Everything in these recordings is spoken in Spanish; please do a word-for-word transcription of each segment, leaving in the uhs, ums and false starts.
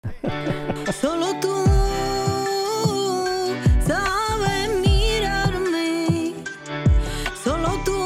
Solo tú sabes mirarme, solo tú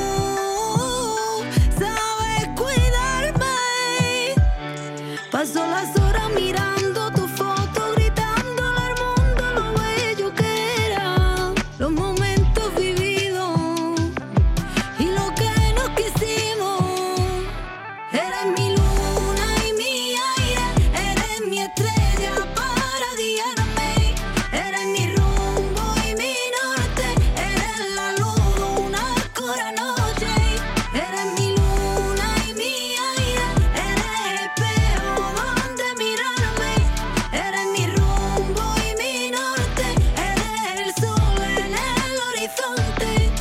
sabes cuidarme. Paso las horas mirando tu foto, gritándole al mundo lo bello que era, los momentos vividos y lo que nos quisimos. Eres mi luna y mi aire, eres mi estrella para guiarme, eres mi rumbo y mi norte, eres la luz, una oscura noche. Eres mi luna y mi aire, eres espejo donde mirarme, eres mi rumbo y mi norte, eres el sol en el horizonte.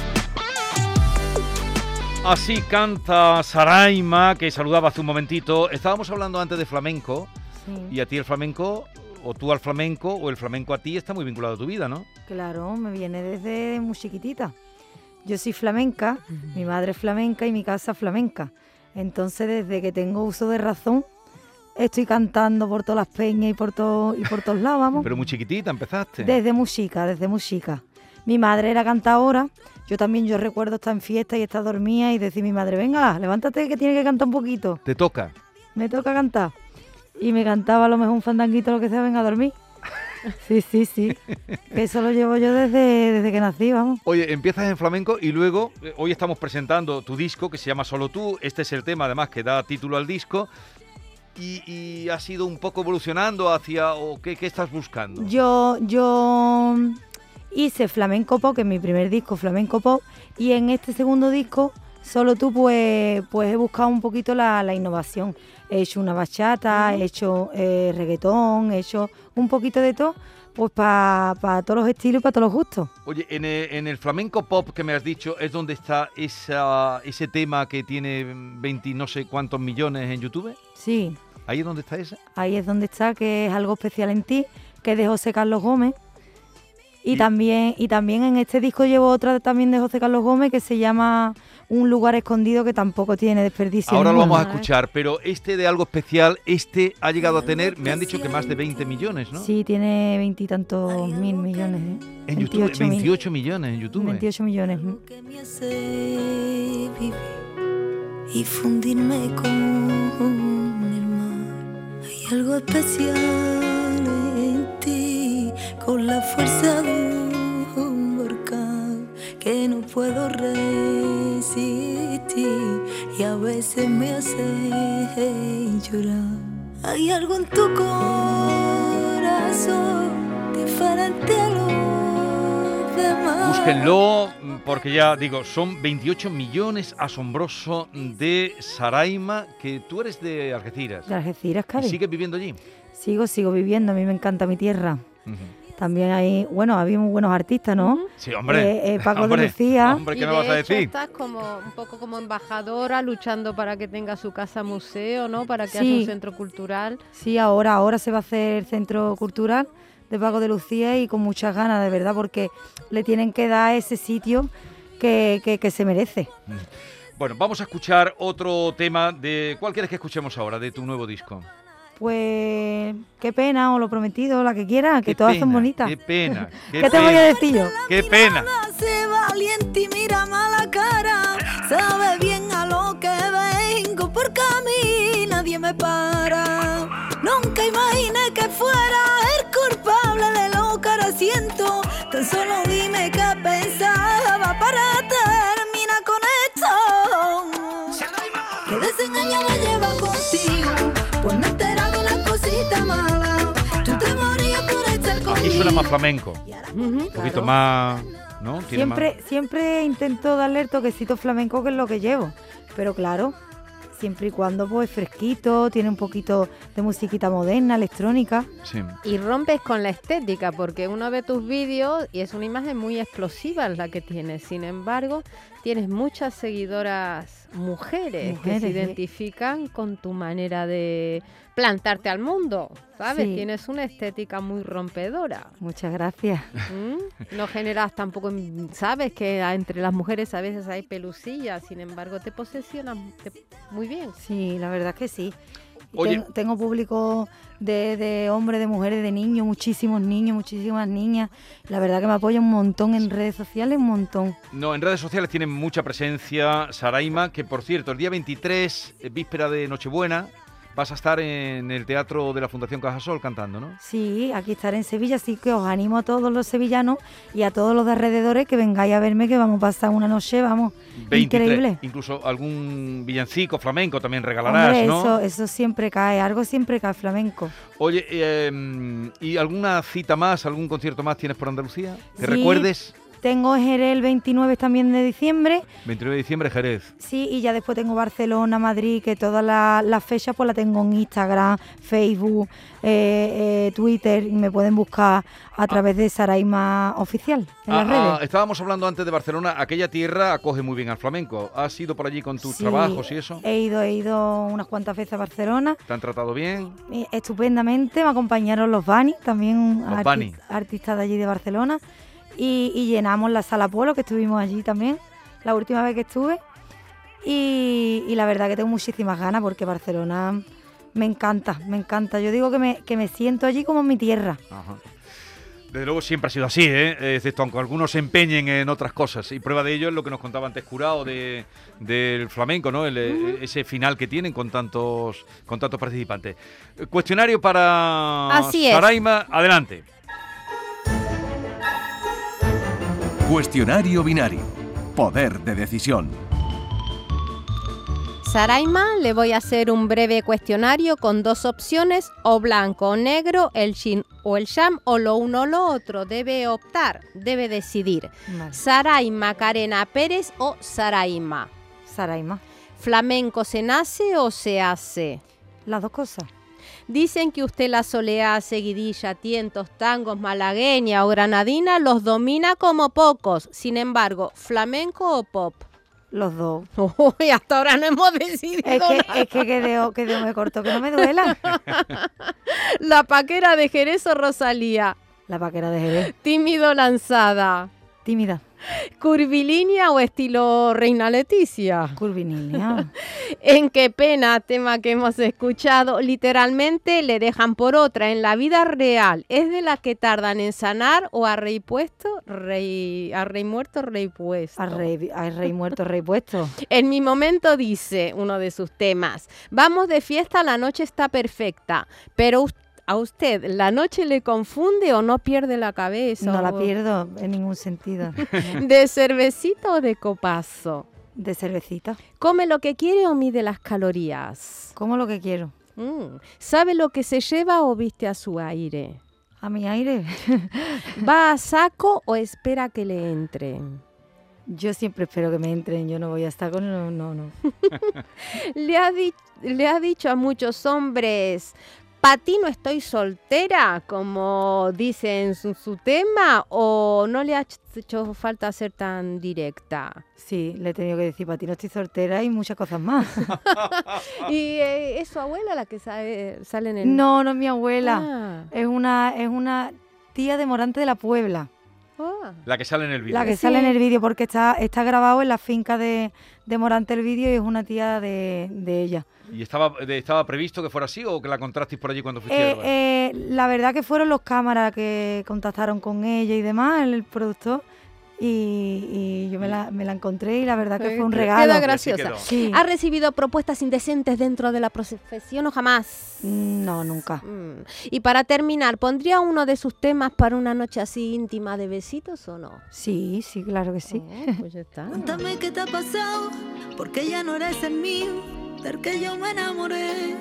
Así canta Saraima, que saludaba hace un momentito. Estábamos hablando antes de flamenco, Sí. y a ti el flamenco, o tú al flamenco, o el flamenco a ti, está muy vinculado a tu vida, ¿no? Claro, me viene desde muy chiquitita. Yo soy flamenca, mi madre es flamenca y mi casa es flamenca. Entonces, desde que tengo uso de razón, estoy cantando por todas las peñas y por, todo, y por todos lados, vamos. Pero muy chiquitita empezaste. Desde muy chica, desde muy chica. Mi madre era cantadora, yo también, yo recuerdo estar en fiesta y estar dormida y decir a mi madre, venga, levántate que tienes que cantar un poquito. Te toca. Me toca cantar. Y me cantaba a lo mejor un fandanguito, lo que sea, venga a dormir. Sí, sí, sí. Eso lo llevo yo desde, desde que nací, vamos. Oye, empiezas en flamenco y luego, eh, hoy estamos presentando tu disco que se llama Solo Tú. Este es el tema, además, que da título al disco. Y, y has ido un poco evolucionando hacia, o qué, qué estás buscando. Yo, yo hice flamenco pop, que es mi primer disco, flamenco pop, y en este segundo disco, Solo Tú, pues, pues he buscado un poquito la, la innovación. He hecho una bachata, he hecho eh, reggaetón, he hecho un poquito de todo, pues para pa todos los estilos y para todos los gustos. Oye, en el, en el flamenco pop que me has dicho es donde está esa, ese tema que tiene veinte no sé cuántos millones en YouTube. Sí, ¿Ahí es donde está ese? ahí es donde está, que es Algo Especial en Ti, que es de José Carlos Gómez. Y, Y- también y también en este disco llevo otra también de José Carlos Gómez que se llama Un lugar escondido, que tampoco tiene desperdicio Ahora lo ninguno. vamos a escuchar, pero este de Algo Especial, este ha llegado a tener, me han dicho que más de veinte millones, ¿no? Sí, tiene veintitantos mil millones. ¿eh? En YouTube, veintiocho mil. veintiocho millones en YouTube. veintiocho millones. Que me hace vivir y fundirme con el mar. Hay algo especial en ti, con la fuerza de un volcán que no puedo resistir y a veces me hace llorar. Hay algo en tu corazón diferente a los demás. Búsquenlo, porque ya digo, son veintiocho millones, asombroso, de Saraima, que tú eres de Algeciras. De Algeciras, ¿Y Cádiz. sigues viviendo allí? Sigo, sigo viviendo. A mí me encanta mi tierra. Ujú. También hay, bueno, había muy buenos artistas, ¿no? Sí, hombre. Eh, eh, Paco de Hombre, Lucía. Hombre, Y ¿qué me de vas a hecho decir? estás como un poco como embajadora luchando para que tenga su casa museo, ¿no? Para que Sí. haya un centro cultural. Sí, ahora, ahora se va a hacer el centro cultural de Paco de Lucía y con muchas ganas, de verdad, porque le tienen que dar ese sitio que, que, que se merece. Bueno, vamos a escuchar otro tema de... ¿Cuál quieres que escuchemos ahora de tu nuevo disco? Pues qué pena, o lo prometido, la que quiera, que Qué todas pena, son bonitas. Qué pena, qué ¿Qué te voy a pena, decir yo? qué pena. Hace valiente y mira mala cara, sabe bien a lo que vengo, porque a mí nadie me para. Nunca imaginé que fuera el culpable de lo que ahora siento. Tan solo dime qué pensaba para terminar con esto. Que desengañada lleva contigo, pues me he enterado de las cositas malas. Tú te morías por estar conmigo. Aquí suena más flamenco, Ujú. un poquito más... ¿no? Tiene Siempre, siempre intento darle el toquecito flamenco, que es lo que llevo. Pero claro, siempre y cuando pues fresquito, tiene un poquito de musiquita moderna, electrónica. más... Sí. Y rompes con la estética, porque uno ve tus vídeos y es una imagen muy explosiva la que tienes. Sin embargo, tienes muchas seguidoras mujeres, que Mujeres, se ¿eh? identifican con tu manera de plantarte al mundo, ¿sabes? Sí. Tienes una estética muy rompedora. Muchas gracias. ¿Mm? No generas tampoco, sabes que entre las mujeres a veces hay pelusillas, sin embargo te posesionan te- muy bien. Sí, la verdad es que sí. Oye. Ten- tengo público de, de hombres, de mujeres, de niños, muchísimos niños, muchísimas niñas. La verdad que me apoya un montón en redes sociales, un montón. No, en redes sociales tienen mucha presencia Saraima, que por cierto, el día veintitrés, eh, víspera de Nochebuena, vas a estar en el Teatro de la Fundación Cajasol cantando, ¿no? Sí, aquí estaré en Sevilla, así que os animo a todos los sevillanos y a todos los de alrededores que vengáis a verme, que vamos a pasar una noche, vamos, veintitrés, increíble. incluso algún villancico flamenco también regalarás, Hombre, ¿no? eso, eso siempre cae, algo siempre cae flamenco. Oye, eh, ¿y alguna cita más, algún concierto más tienes por Andalucía? ¿Que Sí. recuerdes? Tengo Jerez el veintinueve también de diciembre, veintinueve de diciembre, Jerez. sí, y ya después tengo Barcelona, Madrid, que todas las las fechas pues las tengo en Instagram, Facebook, eh, eh, Twitter, y me pueden buscar a través de Saraima Oficial en Ah, las redes. ah, estábamos hablando antes de Barcelona, aquella tierra acoge muy bien al flamenco. ¿Has ido por allí con tus Sí, trabajos y eso? He ido, he ido unas cuantas veces a Barcelona. ¿Te han tratado bien? Eh, Estupendamente, me acompañaron los Bani, también Los arti- Bani. artistas de allí de Barcelona, y, y llenamos la Sala Polo, que estuvimos allí también, la última vez que estuve, y, y la verdad que tengo muchísimas ganas porque Barcelona me encanta, me encanta. Yo digo que me, que me siento allí como en mi tierra. Ajá. Desde luego siempre ha sido así, ¿eh? Excepto aunque algunos se empeñen en otras cosas. Y prueba de ello es lo que nos contaba antes Curao de, del flamenco, ¿no? El, eh, ese final que tienen con tantos, con tantos participantes. Eh, Cuestionario para Así es. Saraima, adelante. Cuestionario binario. Poder de decisión. Saraima, le voy a hacer un breve cuestionario con dos opciones, o blanco o negro, el shin o el sham, o lo uno o lo otro. Debe optar, debe decidir. Vale. Saraima Carena Pérez o Saraima. Saraima, ¿Flamenco se nace o se hace? las dos cosas. Dicen que usted la soleá, seguidilla, tientos, tangos, malagueña o granadina los domina como pocos. Sin embargo, ¿flamenco o pop? Los dos. Uy, hasta ahora no hemos decidido Es que, nada. es que, que dedo, que dedo me corto, que no me duela. La paquera de Jerez o Rosalía. La paquera de Jerez, Tímido lanzada. tímida, Curvilínea o estilo Reina Leticia. curvilínea. En qué pena, tema que hemos escuchado, literalmente le dejan por otra. En la vida real, ¿es de las que tardan en sanar o a rey puesto, rey, a rey muerto, rey puesto? Al rey, al rey muerto, rey puesto. En mi momento dice uno de sus temas, vamos de fiesta, la noche está perfecta, pero us- a usted la noche le confunde o no pierde la cabeza. No la o- pierdo en ningún sentido. ¿De cervecita o de copazo? De cervecita. ¿Come lo que quiere o mide las calorías? Como lo que quiero. Mm. ¿Sabe lo que se lleva o viste a su aire? A mi aire. ¿Va a saco o espera que le entren? Yo siempre espero que me entren. Yo no voy a estar con... No, no, no. Le ha, di- le ha dicho a muchos hombres, ¿pa' ti no estoy soltera? Como dice en su, su tema, ¿o no le ha hecho falta ser tan directa? Sí, le he tenido que decir, para ti no estoy soltera y muchas cosas más. ¿Y eh, es su abuela la que sabe, sale en el...? No, no es mi abuela. Ah. Es una, es una tía de Morante de la Puebla. Ah. La que sale en el vídeo. La que Sí. sale en el vídeo, porque está, está grabado en la finca de, de Morante el vídeo y es una tía de, de ella. ¿Y estaba, de- estaba previsto que fuera así o que la encontrasteis por allí cuando fuiste a Eh, grabar? eh, la verdad que fueron los cámaras que contactaron con ella y demás, el productor, y, y yo me la, me la encontré y la verdad que Eh, fue un queda regalo. gra- graciosa. quedó. Sí. ¿Ha recibido propuestas indecentes dentro de la profesión o jamás? No, nunca. Mm. Y para terminar, ¿pondría uno de sus temas para una noche así íntima de besitos o no? Sí, sí, claro que sí. Oh, pues ya está. Cuéntame qué te ha pasado, porque ya no eres el mío, del que yo me enamoré.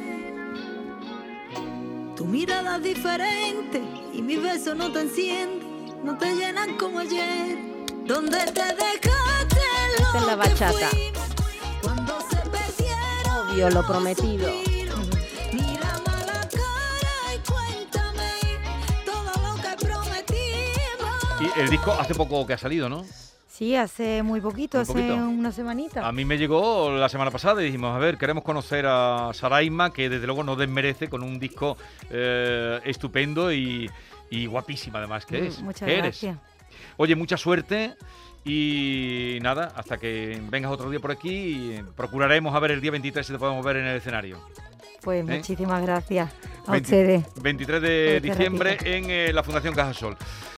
Tu mirada es diferente y mis besos no te encienden, no te llenan como ayer. ¿Dónde te dejaste lo Esta es la que bachata. fuimos? Cuando se perdieron Obvio, lo los prometido. suspiros. Mírame a la cara y cuéntame todo lo que prometimos. Y el disco hace poco que ha salido, ¿no? Sí, hace muy poquito, Muy hace poquito. una semanita. A mí me llegó la semana pasada y dijimos, a ver, queremos conocer a Saraima, que desde luego nos desmerece con un disco eh, estupendo y, y guapísima además que Mm, es. Muchas que eres. gracias. Oye, mucha suerte y nada, hasta que vengas otro día por aquí, procuraremos a ver el día veintitrés si te podemos ver en el escenario. Pues ¿Eh? muchísimas gracias a veinte ustedes. veintitrés por de este diciembre ratito. en eh, la Fundación Cajasol.